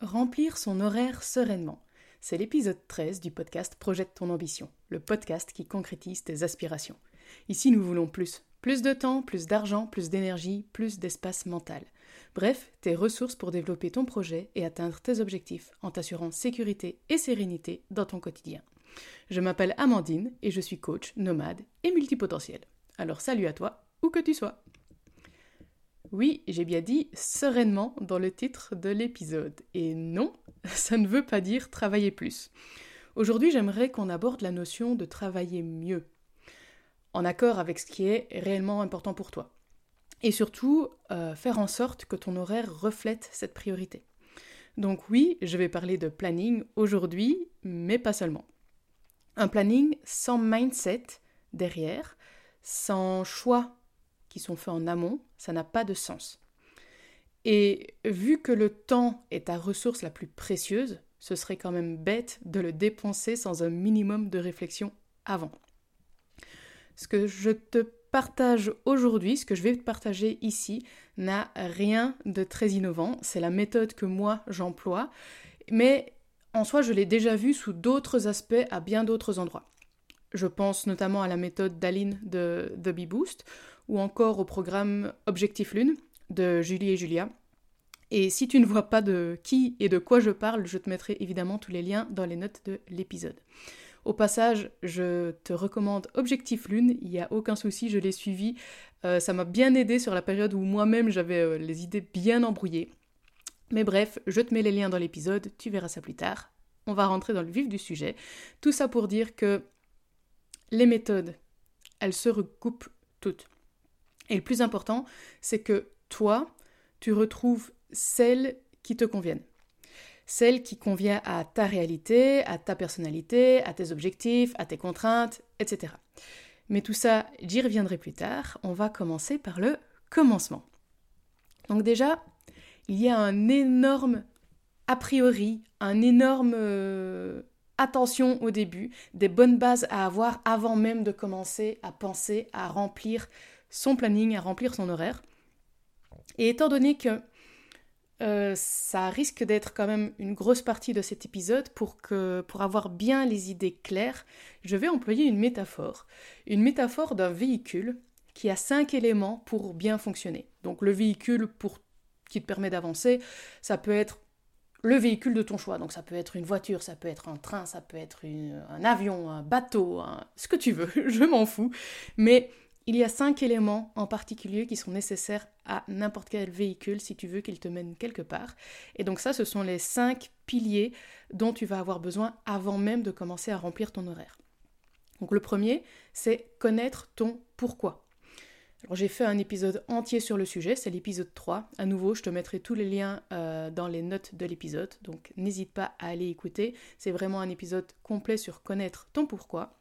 Remplir son horaire sereinement. C'est l'épisode 13 du podcast Projette ton ambition, le podcast qui concrétise tes aspirations. Ici, nous voulons plus. Plus de temps, plus d'argent, plus d'énergie, plus d'espace mental. Bref, tes ressources pour développer ton projet et atteindre tes objectifs en t'assurant sécurité et sérénité dans ton quotidien. Je m'appelle Amandine et je suis coach, nomade et multipotentiel. Alors salut à toi, où que tu sois. Oui, j'ai bien dit sereinement dans le titre de l'épisode. Et non, ça ne veut pas dire travailler plus. Aujourd'hui, j'aimerais qu'on aborde la notion de travailler mieux, en accord avec ce qui est réellement important pour toi. Et surtout, faire en sorte que ton horaire reflète cette priorité. Donc oui, je vais parler de planning aujourd'hui, mais pas seulement. Un planning sans mindset derrière, sans choix qui sont faits en amont, ça n'a pas de sens. Et vu que le temps est ta ressource la plus précieuse, ce serait quand même bête de le dépenser sans un minimum de réflexion avant. Ce que je te partage aujourd'hui, ce que je vais te partager ici, n'a rien de très innovant. C'est la méthode que moi j'emploie, mais en soi je l'ai déjà vue sous d'autres aspects à bien d'autres endroits. Je pense notamment à la méthode d'Aline de The Bee Boost, ou encore au programme Objectif Lune de Julie et Julia. Et si tu ne vois pas de qui et de quoi je parle, je te mettrai évidemment tous les liens dans les notes de l'épisode. Au passage, je te recommande Objectif Lune, il n'y a aucun souci, je l'ai suivi. Ça m'a bien aidé sur la période où moi-même j'avais les idées bien embrouillées. Mais bref, je te mets les liens dans l'épisode, tu verras ça plus tard. On va rentrer dans le vif du sujet. Tout ça pour dire que les méthodes, elles se recoupent toutes. Et le plus important, c'est que toi, tu retrouves celles qui te conviennent. Celles qui conviennent à ta réalité, à ta personnalité, à tes objectifs, à tes contraintes, etc. Mais tout ça, j'y reviendrai plus tard. On va commencer par le commencement. Donc déjà, il y a un énorme a priori, un énorme attention au début, des bonnes bases à avoir avant même de commencer à penser à remplir son planning, à remplir son horaire. Et étant donné que ça risque d'être quand même une grosse partie de cet épisode, pour avoir bien les idées claires, je vais employer une métaphore d'un véhicule qui a 5 éléments pour bien fonctionner. Donc le véhicule qui te permet d'avancer, ça peut être le véhicule de ton choix, donc ça peut être une voiture, ça peut être un train, ça peut être un avion, un bateau, ce que tu veux, je m'en fous, mais il y a 5 éléments en particulier qui sont nécessaires à n'importe quel véhicule si tu veux qu'il te mène quelque part. Et donc ça, ce sont les 5 piliers dont tu vas avoir besoin avant même de commencer à remplir ton horaire. Donc le premier, c'est connaître ton pourquoi. Alors j'ai fait un épisode entier sur le sujet, c'est l'épisode 3. À nouveau, je te mettrai tous les liens dans les notes de l'épisode, donc n'hésite pas à aller écouter. C'est vraiment un épisode complet sur connaître ton pourquoi.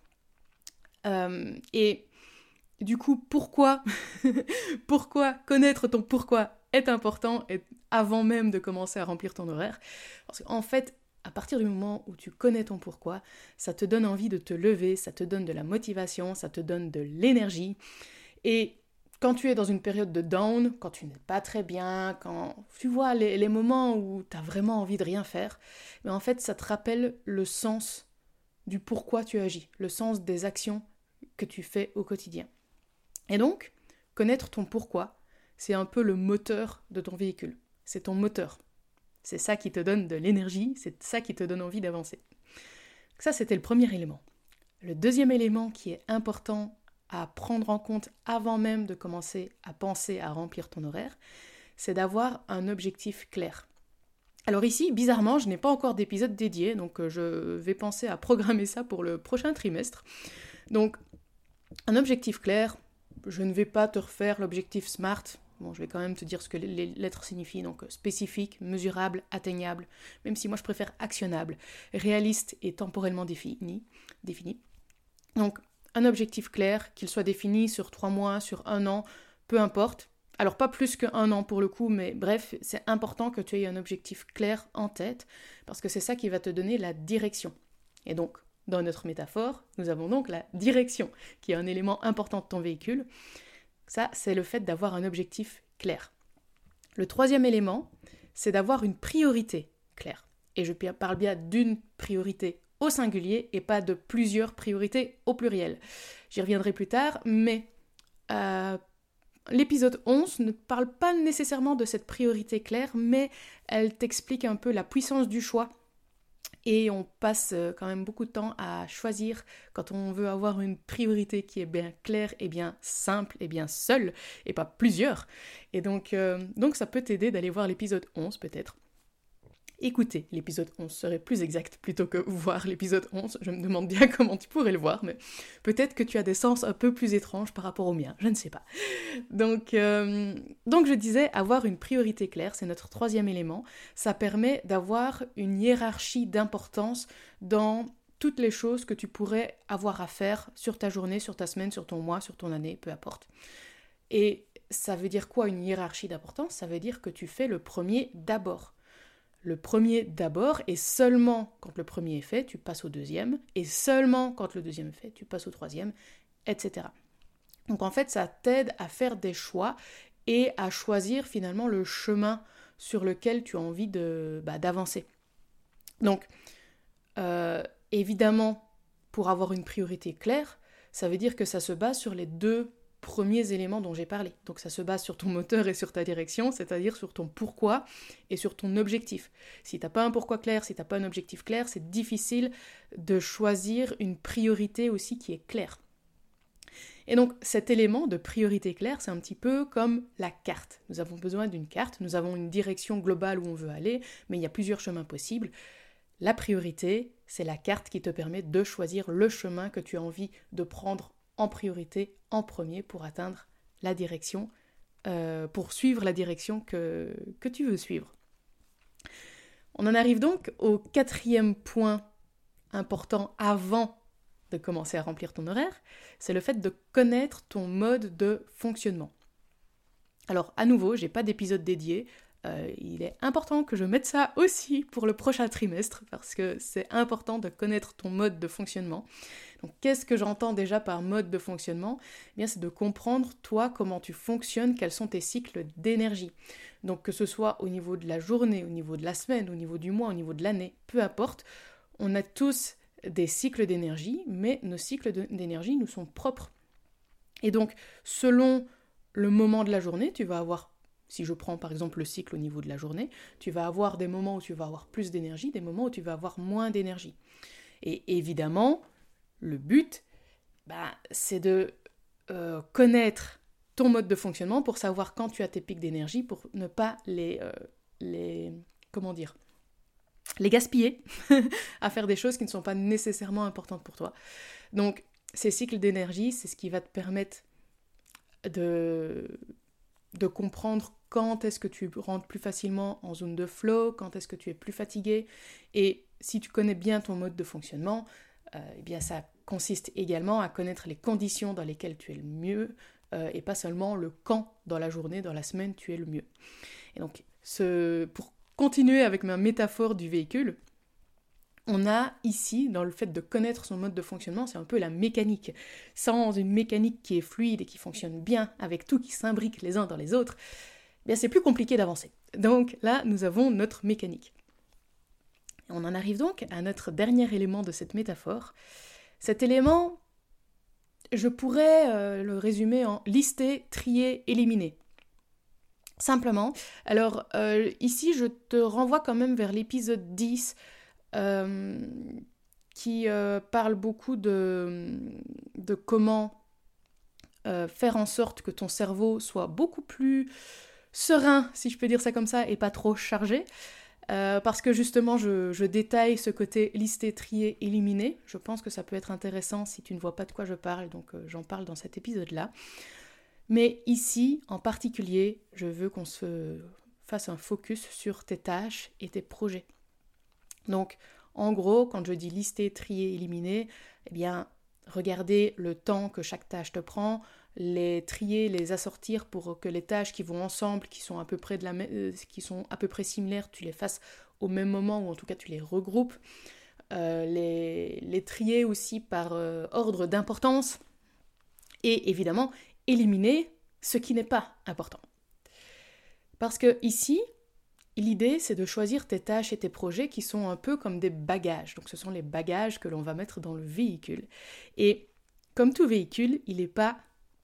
Et du coup, pourquoi connaître ton pourquoi est important avant même de commencer à remplir ton horaire. Parce qu'en fait, à partir du moment où tu connais ton pourquoi, ça te donne envie de te lever, ça te donne de la motivation, ça te donne de l'énergie. Et quand tu es dans une période de down, quand tu n'es pas très bien, quand tu vois les moments où tu as vraiment envie de rien faire, mais en fait, ça te rappelle le sens du pourquoi tu agis, le sens des actions que tu fais au quotidien. Et donc, connaître ton pourquoi, c'est un peu le moteur de ton véhicule. C'est ton moteur. C'est ça qui te donne de l'énergie, c'est ça qui te donne envie d'avancer. Ça, c'était le premier élément. Le deuxième élément qui est important à prendre en compte avant même de commencer à penser à remplir ton horaire, c'est d'avoir un objectif clair. Alors ici, bizarrement, je n'ai pas encore d'épisode dédié, donc je vais penser à programmer ça pour le prochain trimestre. Donc, un objectif clair, je ne vais pas te refaire l'objectif SMART. Bon, je vais quand même te dire ce que les lettres signifient, donc spécifique, mesurable, atteignable, même si moi je préfère actionnable, réaliste et temporellement défini. Donc, un objectif clair, qu'il soit défini sur 3 mois, sur 1 an, peu importe. Alors pas plus qu'1 an pour le coup, mais bref, c'est important que tu aies un objectif clair en tête, parce que c'est ça qui va te donner la direction. Et donc, dans notre métaphore, nous avons donc la direction, qui est un élément important de ton véhicule. Ça, c'est le fait d'avoir un objectif clair. Le troisième élément, c'est d'avoir une priorité claire. Et je parle bien d'une priorité au singulier et pas de plusieurs priorités au pluriel. J'y reviendrai plus tard, mais l'épisode 11 ne parle pas nécessairement de cette priorité claire, mais elle t'explique un peu la puissance du choix. Et on passe quand même beaucoup de temps à choisir quand on veut avoir une priorité qui est bien claire et bien simple et bien seule, et pas plusieurs. Et donc ça peut t'aider d'aller voir l'épisode 11 peut-être. Écouter l'épisode 11 serait plus exact plutôt que voir l'épisode 11. Je me demande bien comment tu pourrais le voir, mais peut-être que tu as des sens un peu plus étranges par rapport au mien, je ne sais pas. Donc je disais, avoir une priorité claire, c'est notre troisième élément. Ça permet d'avoir une hiérarchie d'importance dans toutes les choses que tu pourrais avoir à faire sur ta journée, sur ta semaine, sur ton mois, sur ton année, peu importe. Et ça veut dire quoi une hiérarchie d'importance ? Ça veut dire que tu fais le premier d'abord. Le premier d'abord, et seulement quand le premier est fait, tu passes au deuxième, et seulement quand le deuxième est fait, tu passes au troisième, etc. Donc en fait, ça t'aide à faire des choix et à choisir finalement le chemin sur lequel tu as envie d'avancer. Donc, évidemment, pour avoir une priorité claire, ça veut dire que ça se base sur les deux premiers éléments dont j'ai parlé. Donc ça se base sur ton moteur et sur ta direction, c'est-à-dire sur ton pourquoi et sur ton objectif. Si t'as pas un pourquoi clair, si t'as pas un objectif clair, c'est difficile de choisir une priorité aussi qui est claire. Et donc cet élément de priorité claire, c'est un petit peu comme la carte. Nous avons besoin d'une carte, nous avons une direction globale où on veut aller, mais il y a plusieurs chemins possibles. La priorité, c'est la carte qui te permet de choisir le chemin que tu as envie de prendre en priorité, en premier, pour atteindre la direction, pour suivre la direction que tu veux suivre. On en arrive donc au quatrième point important avant de commencer à remplir ton horaire, c'est le fait de connaître ton mode de fonctionnement. Alors, à nouveau, j'ai pas d'épisode dédié. Il est important que je mette ça aussi pour le prochain trimestre, parce que c'est important de connaître ton mode de fonctionnement. Donc, qu'est-ce que j'entends déjà par mode de fonctionnement ? Eh bien, c'est de comprendre, toi, comment tu fonctionnes, quels sont tes cycles d'énergie. Donc, que ce soit au niveau de la journée, au niveau de la semaine, au niveau du mois, au niveau de l'année, peu importe, on a tous des cycles d'énergie, mais nos cycles d'énergie nous sont propres. Et donc, selon le moment de la journée, tu vas avoir, si je prends par exemple le cycle au niveau de la journée, tu vas avoir des moments où tu vas avoir plus d'énergie, des moments où tu vas avoir moins d'énergie. Et évidemment, le but, c'est de connaître ton mode de fonctionnement pour savoir quand tu as tes pics d'énergie, pour ne pas les gaspiller à faire des choses qui ne sont pas nécessairement importantes pour toi. Donc, ces cycles d'énergie, c'est ce qui va te permettre de comprendre quand est-ce que tu rentres plus facilement en zone de flow, quand est-ce que tu es plus fatigué. Et si tu connais bien ton mode de fonctionnement, eh bien ça consiste également à connaître les conditions dans lesquelles tu es le mieux et pas seulement le quand dans la journée, dans la semaine, tu es le mieux. Et donc, pour continuer avec ma métaphore du véhicule, on a ici, dans le fait de connaître son mode de fonctionnement, c'est un peu la mécanique. Sans une mécanique qui est fluide et qui fonctionne bien, avec tout qui s'imbrique les uns dans les autres, eh bien c'est plus compliqué d'avancer. Donc là, nous avons notre mécanique. Et on en arrive donc à notre dernier élément de cette métaphore. Cet élément, je pourrais le résumer en lister, trier, éliminer. Simplement. Alors, ici, je te renvoie quand même vers l'épisode 10, qui parle beaucoup de comment faire en sorte que ton cerveau soit beaucoup plus serein, si je peux dire ça comme ça, et pas trop chargé. Parce que justement, je détaille ce côté lister, trier, éliminer. Je pense que ça peut être intéressant si tu ne vois pas de quoi je parle, donc j'en parle dans cet épisode-là. Mais ici, en particulier, je veux qu'on se fasse un focus sur tes tâches et tes projets. Donc, en gros, quand je dis lister, trier, éliminer, eh bien, regardez le temps que chaque tâche te prend, les trier, les assortir pour que les tâches qui vont ensemble, qui sont à peu près similaires, tu les fasses au même moment ou en tout cas tu les regroupes. Les trier aussi par ordre d'importance et évidemment éliminer ce qui n'est pas important. Parce que ici, l'idée, c'est de choisir tes tâches et tes projets qui sont un peu comme des bagages. Donc ce sont les bagages que l'on va mettre dans le véhicule. Et comme tout véhicule, il n'est pas...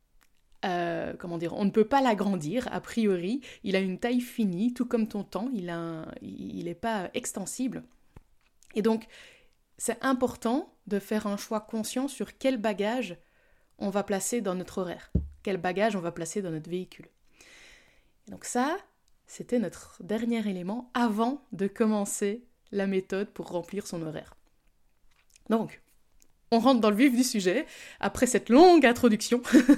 on ne peut pas l'agrandir, a priori. Il a une taille finie, tout comme ton temps, il n'est pas extensible. Et donc, c'est important de faire un choix conscient sur quel bagage on va placer dans notre horaire, quel bagage on va placer dans notre véhicule. Et donc ça, c'était notre dernier élément avant de commencer la méthode pour remplir son horaire. Donc, on rentre dans le vif du sujet, après cette longue introduction.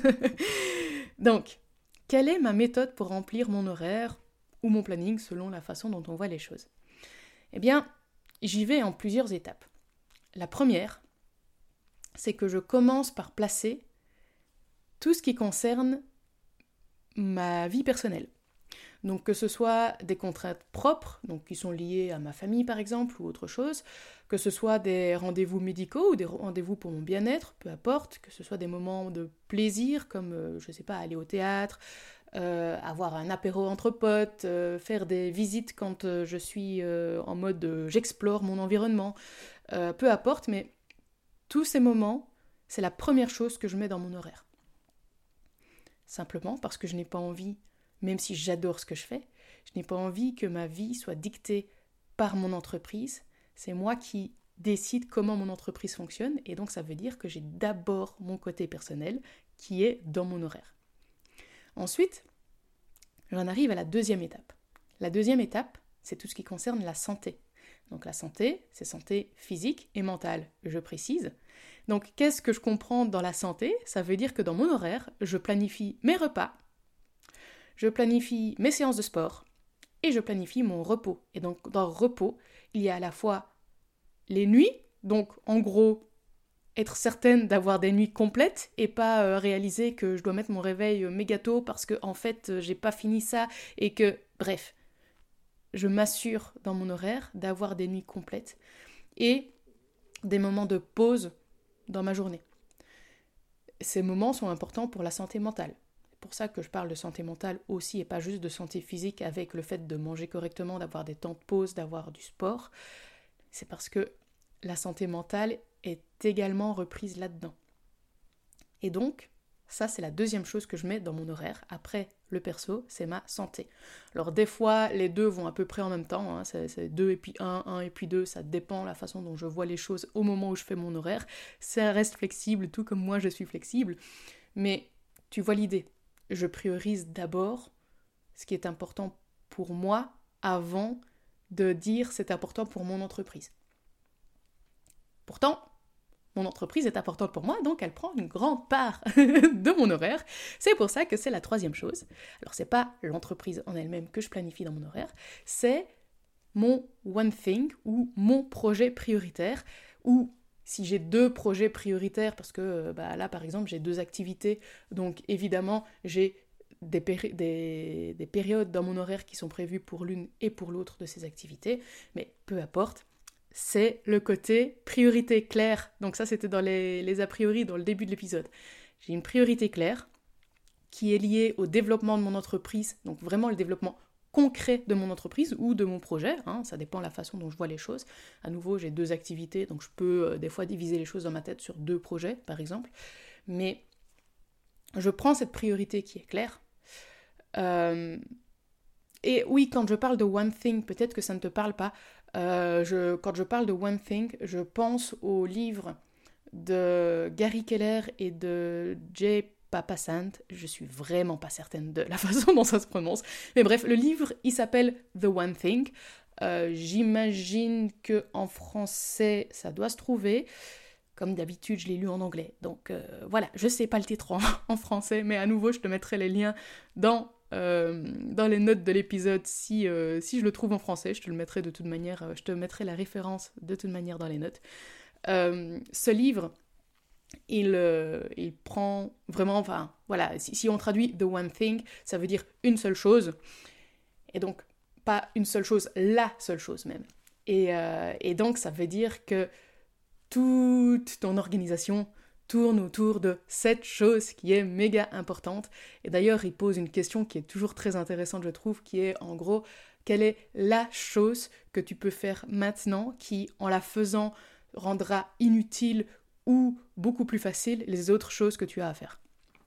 Donc, quelle est ma méthode pour remplir mon horaire ou mon planning selon la façon dont on voit les choses ? Eh bien, j'y vais en plusieurs étapes. La première, c'est que je commence par placer tout ce qui concerne ma vie personnelle. Donc que ce soit des contraintes propres, donc qui sont liées à ma famille par exemple, ou autre chose, que ce soit des rendez-vous médicaux ou des rendez-vous pour mon bien-être, peu importe, que ce soit des moments de plaisir comme, je sais pas, aller au théâtre, avoir un apéro entre potes, faire des visites quand je suis en mode j'explore mon environnement, peu importe, mais tous ces moments, c'est la première chose que je mets dans mon horaire. Simplement parce que je n'ai pas envie, même si j'adore ce que je fais, je n'ai pas envie que ma vie soit dictée par mon entreprise. C'est moi qui décide comment mon entreprise fonctionne, et donc ça veut dire que j'ai d'abord mon côté personnel qui est dans mon horaire. Ensuite, j'en arrive à la deuxième étape. La deuxième étape, c'est tout ce qui concerne la santé. Donc la santé, c'est santé physique et mentale, je précise. Donc qu'est-ce que je comprends dans la santé ? Ça veut dire que dans mon horaire, je planifie mes repas, je planifie mes séances de sport et je planifie mon repos. Et donc dans le repos, il y a à la fois les nuits, donc en gros, être certaine d'avoir des nuits complètes et pas réaliser que je dois mettre mon réveil méga tôt parce que en fait j'ai pas fini ça et que, bref, je m'assure dans mon horaire d'avoir des nuits complètes et des moments de pause dans ma journée. Ces moments sont importants pour la santé mentale. C'est pour ça que je parle de santé mentale aussi et pas juste de santé physique avec le fait de manger correctement, d'avoir des temps de pause, d'avoir du sport. C'est parce que la santé mentale est également reprise là-dedans. Et donc, ça c'est la deuxième chose que je mets dans mon horaire. Après le perso, c'est ma santé. Alors des fois, les deux vont à peu près en même temps. C'est 2 et puis 1 et puis 2. Ça dépend de la façon dont je vois les choses au moment où je fais mon horaire. Ça reste flexible, tout comme moi je suis flexible. Mais tu vois l'idée. Je priorise d'abord ce qui est important pour moi avant de dire c'est important pour mon entreprise. Pourtant, mon entreprise est importante pour moi, donc elle prend une grande part de mon horaire. C'est pour ça que c'est la troisième chose. Alors c'est pas l'entreprise en elle-même que je planifie dans mon horaire, c'est mon one thing ou mon projet prioritaire, ou si j'ai 2 projets prioritaires, parce que là par exemple j'ai 2 activités, donc évidemment j'ai des périodes dans mon horaire qui sont prévues pour l'une et pour l'autre de ces activités, mais peu importe. C'est le côté priorité claire. Donc ça, c'était dans les a priori, dans le début de l'épisode. J'ai une priorité claire qui est liée au développement de mon entreprise, donc vraiment le développement concret de mon entreprise ou de mon projet, ça dépend de la façon dont je vois les choses. À nouveau, j'ai 2 activités, donc je peux des fois diviser les choses dans ma tête sur 2 projets, par exemple. Mais je prends cette priorité qui est claire. Et oui, quand je parle de one thing, peut-être que ça ne te parle pas. Quand je parle de one thing, je pense au livre de Gary Keller et de Jay Papasan. Je suis vraiment pas certaine de la façon dont ça se prononce. Mais bref, le livre, il s'appelle The One Thing. J'imagine qu'en français, ça doit se trouver. Comme d'habitude, je l'ai lu en anglais. Donc voilà, je sais pas le titre en français, mais à nouveau, je te mettrai les liens dans les notes de l'épisode si je le trouve en français. Je te le mettrai de toute manière, je te mettrai la référence de toute manière dans les notes. Ce livre, il prend vraiment, enfin voilà, si on traduit The One Thing, ça veut dire une seule chose, et donc pas une seule chose, la seule chose même. Et donc ça veut dire que toute ton organisation tourne autour de cette chose qui est méga importante. Et d'ailleurs, il pose une question qui est toujours très intéressante, je trouve, qui est en gros, Quelle est la chose que tu peux faire maintenant qui, en la faisant, rendra inutile ou beaucoup plus facile les autres choses que tu as à faire?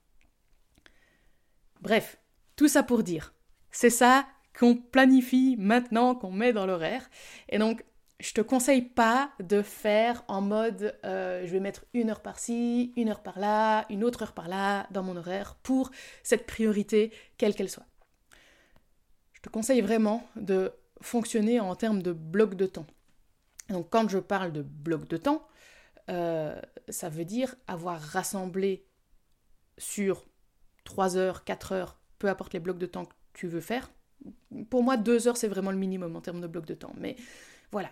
Bref, tout ça pour dire, c'est ça qu'on planifie maintenant, qu'on met dans l'horaire. Et donc, je te conseille pas de faire en mode je vais mettre 1 heure par-ci, 1 heure par-là, une autre heure par-là dans mon horaire pour cette priorité, quelle qu'elle soit. Je te conseille vraiment de fonctionner en termes de blocs de temps. Donc quand je parle de blocs de temps, ça veut dire avoir rassemblé sur 3 heures, 4 heures, peu importe les blocs de temps que tu veux faire. Pour moi, 2 heures, c'est vraiment le minimum en termes de blocs de temps. Mais voilà,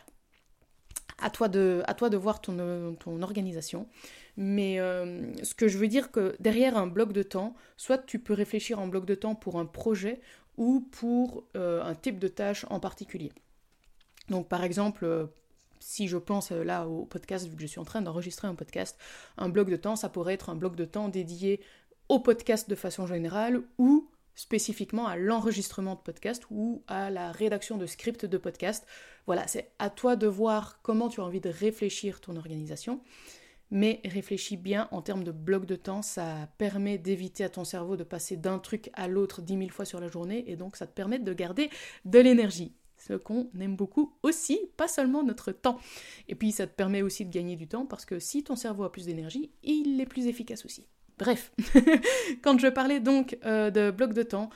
à toi de voir ton organisation. Mais ce que je veux dire, que derrière un bloc de temps, soit tu peux réfléchir en bloc de temps pour un projet ou pour un type de tâche en particulier. Donc par exemple, si je pense là au podcast, vu que je suis en train d'enregistrer un podcast, un bloc de temps, ça pourrait être un bloc de temps dédié au podcast de façon générale ou spécifiquement à l'enregistrement de podcast ou à la rédaction de scripts de podcast. Voilà, c'est à toi de voir comment tu as envie de réfléchir ton organisation, mais réfléchis bien en termes de bloc de temps, ça permet d'éviter à ton cerveau de passer d'un truc à l'autre 10 000 fois sur la journée, et donc ça te permet de garder de l'énergie. Ce qu'on aime beaucoup aussi, pas seulement notre temps. Et puis ça te permet aussi de gagner du temps, parce que si ton cerveau a plus d'énergie, il est plus efficace aussi. Bref, quand je parlais donc de bloc de temps,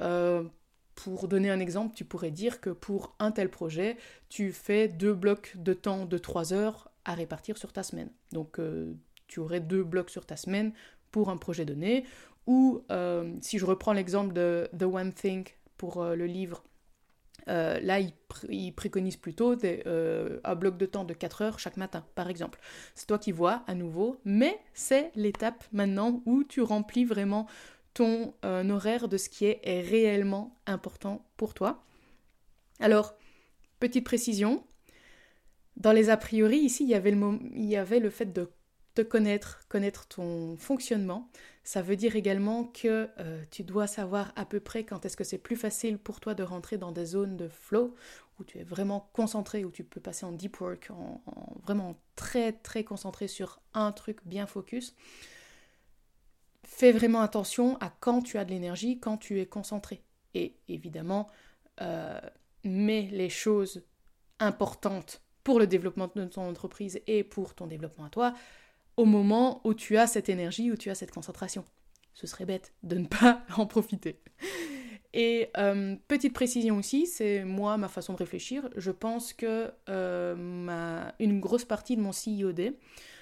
pour donner un exemple, tu pourrais dire que pour un tel projet, tu fais 2 blocs de temps de 3 heures à répartir sur ta semaine. Donc tu aurais 2 blocs sur ta semaine pour un projet donné, ou si je reprends l'exemple de The One Thing pour le livre, là, il préconise plutôt un bloc de temps de 4 heures chaque matin, par exemple. C'est toi qui vois à nouveau, mais c'est l'étape maintenant où tu remplis vraiment ton horaire de ce qui est réellement important pour toi. Alors, petite précision, dans les a priori, ici, il y avait le fait de te connaître ton fonctionnement. Ça veut dire également que tu dois savoir à peu près quand est-ce que c'est plus facile pour toi de rentrer dans des zones de flow, où tu es vraiment concentré, où tu peux passer en deep work, en vraiment très très concentré sur un truc bien focus. Fais vraiment attention à quand tu as de l'énergie, quand tu es concentré. Et évidemment, mets les choses importantes pour le développement de ton entreprise et pour ton développement à toi, au moment où tu as cette énergie, où tu as cette concentration. Ce serait bête de ne pas en profiter. Et petite précision aussi, c'est moi, ma façon de réfléchir. Je pense que une grosse partie de mon CIOD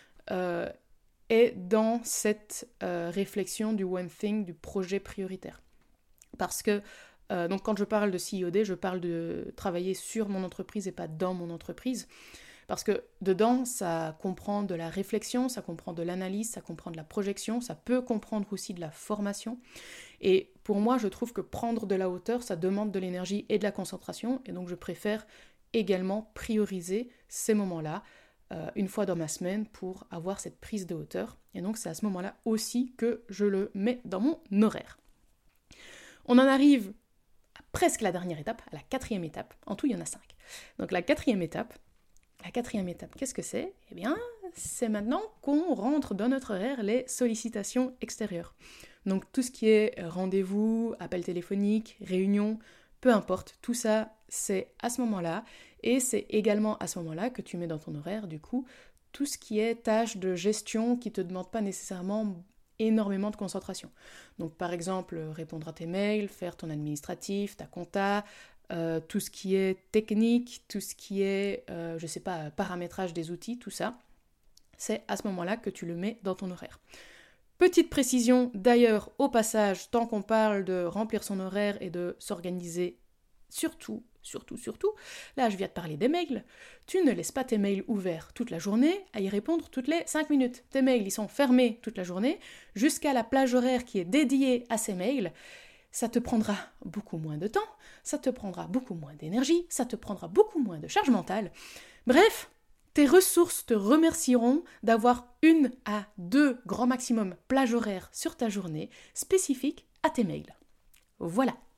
est dans cette réflexion du One Thing, du projet prioritaire. Parce que donc quand je parle de CIOD, je parle de travailler sur mon entreprise et pas dans mon entreprise. Parce que dedans, ça comprend de la réflexion, ça comprend de l'analyse, ça comprend de la projection, ça peut comprendre aussi de la formation. Et pour moi, je trouve que prendre de la hauteur, ça demande de l'énergie et de la concentration. Et donc, je préfère également prioriser ces moments-là une fois dans ma semaine pour avoir cette prise de hauteur. Et donc, c'est à ce moment-là aussi que je le mets dans mon horaire. On en arrive à presque la dernière étape, à la 4e étape. En tout, il y en a 5. Donc, la 4e étape, qu'est-ce que c'est ? Eh bien, c'est maintenant qu'on rentre dans notre horaire les sollicitations extérieures. Donc tout ce qui est rendez-vous, appel téléphonique, réunion, peu importe, tout ça, c'est à ce moment-là. Et c'est également à ce moment-là que tu mets dans ton horaire, du coup, tout ce qui est tâches de gestion qui ne te demandent pas nécessairement énormément de concentration. Donc par exemple, répondre à tes mails, faire ton administratif, ta compta, tout ce qui est technique, tout ce qui est, paramétrage des outils, tout ça, c'est à ce moment-là que tu le mets dans ton horaire. Petite précision d'ailleurs au passage, tant qu'on parle de remplir son horaire et de s'organiser, surtout, là je viens de parler des mails, tu ne laisses pas tes mails ouverts toute la journée à y répondre toutes les 5 minutes. Tes mails, ils sont fermés toute la journée jusqu'à la plage horaire qui est dédiée à ces mails. Ça te prendra beaucoup moins de temps, ça te prendra beaucoup moins d'énergie, ça te prendra beaucoup moins de charge mentale. Bref, tes ressources te remercieront d'avoir 1 à 2 grand maximum plages horaires sur ta journée spécifiques à tes mails. Voilà,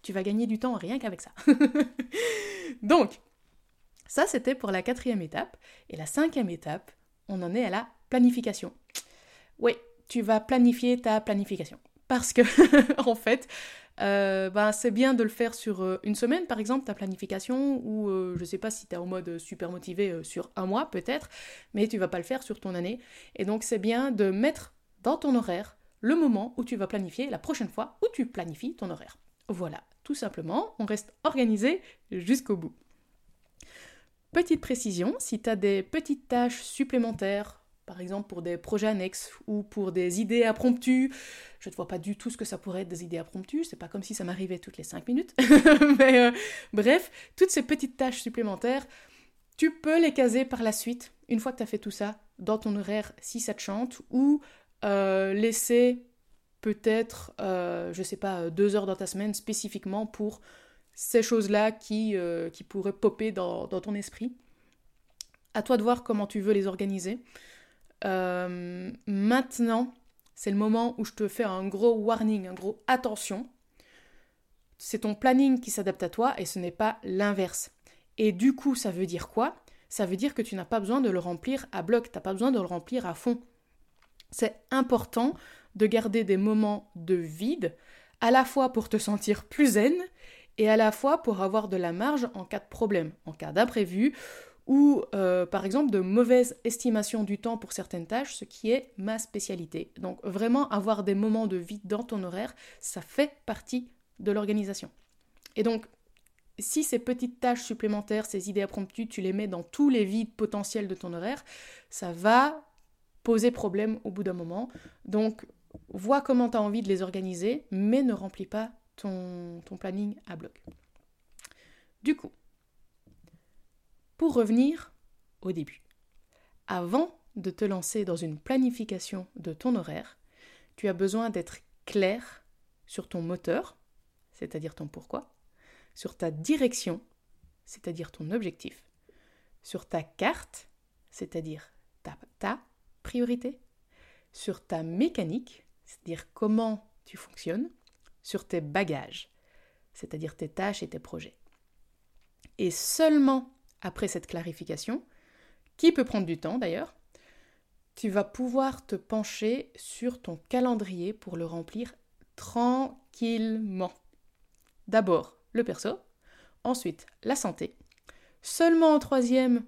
tu vas gagner du temps rien qu'avec ça. Donc, ça c'était pour la 4e étape. Et la 5e étape, on en est à la planification. Oui, tu vas planifier ta planification. Parce que, en fait, c'est bien de le faire sur une semaine, par exemple, ta planification, ou je sais pas si tu es en mode super motivé sur un mois, peut-être, mais tu vas pas le faire sur ton année. Et donc, c'est bien de mettre dans ton horaire le moment où tu vas planifier la prochaine fois où tu planifies ton horaire. Voilà, tout simplement, on reste organisé jusqu'au bout. Petite précision, si tu as des petites tâches supplémentaires, par exemple pour des projets annexes ou pour des idées impromptues, je ne vois pas du tout ce que ça pourrait être des idées impromptues, c'est pas comme si ça m'arrivait toutes les 5 minutes, mais bref, toutes ces petites tâches supplémentaires, tu peux les caser par la suite, une fois que tu as fait tout ça, dans ton horaire si ça te chante, ou laisser peut-être, 2 heures dans ta semaine spécifiquement pour ces choses-là qui pourraient popper dans ton esprit. À toi de voir comment tu veux les organiser. Maintenant, c'est le moment où je te fais un gros warning, un gros attention. C'est ton planning qui s'adapte à toi et ce n'est pas l'inverse. Et du coup, ça veut dire quoi ? Ça veut dire que tu n'as pas besoin de le remplir à bloc, tu n'as pas besoin de le remplir à fond. C'est important de garder des moments de vide, à la fois pour te sentir plus zen et à la fois pour avoir de la marge en cas de problème, en cas d'imprévu, ou par exemple de mauvaise estimation du temps pour certaines tâches, ce qui est ma spécialité. Donc vraiment avoir des moments de vide dans ton horaire, ça fait partie de l'organisation. Et donc, si ces petites tâches supplémentaires, ces idées impromptues, tu les mets dans tous les vides potentiels de ton horaire, ça va poser problème au bout d'un moment. Donc, vois comment tu as envie de les organiser, mais ne remplis pas ton planning à bloc. Du coup, pour revenir au début, avant de te lancer dans une planification de ton horaire, tu as besoin d'être clair sur ton moteur, c'est-à-dire ton pourquoi, sur ta direction, c'est-à-dire ton objectif, sur ta carte, c'est-à-dire ta priorité, sur ta mécanique, c'est-à-dire comment tu fonctionnes, sur tes bagages, c'est-à-dire tes tâches et tes projets. Et seulement après cette clarification, qui peut prendre du temps d'ailleurs, tu vas pouvoir te pencher sur ton calendrier pour le remplir tranquillement. D'abord le perso, ensuite la santé, seulement en 3e,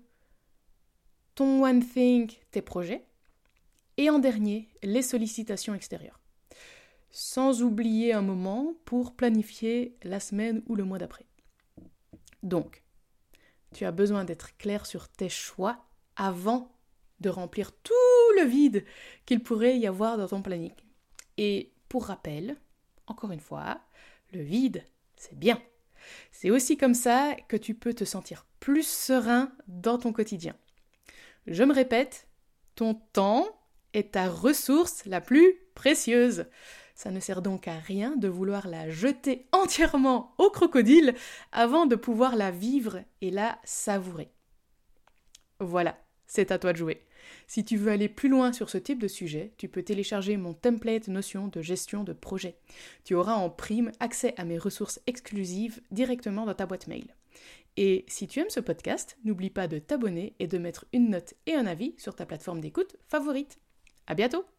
ton one thing, tes projets, et en dernier, les sollicitations extérieures. Sans oublier un moment pour planifier la semaine ou le mois d'après. Donc, tu as besoin d'être clair sur tes choix avant de remplir tout le vide qu'il pourrait y avoir dans ton planning. Et pour rappel, encore une fois, le vide, c'est bien. C'est aussi comme ça que tu peux te sentir plus serein dans ton quotidien. Je me répète, ton temps est ta ressource la plus précieuse. Ça ne sert donc à rien de vouloir la jeter entièrement au crocodile avant de pouvoir la vivre et la savourer. Voilà, c'est à toi de jouer. Si tu veux aller plus loin sur ce type de sujet, tu peux télécharger mon template notion de gestion de projet. Tu auras en prime accès à mes ressources exclusives directement dans ta boîte mail. Et si tu aimes ce podcast, n'oublie pas de t'abonner et de mettre une note et un avis sur ta plateforme d'écoute favorite. À bientôt!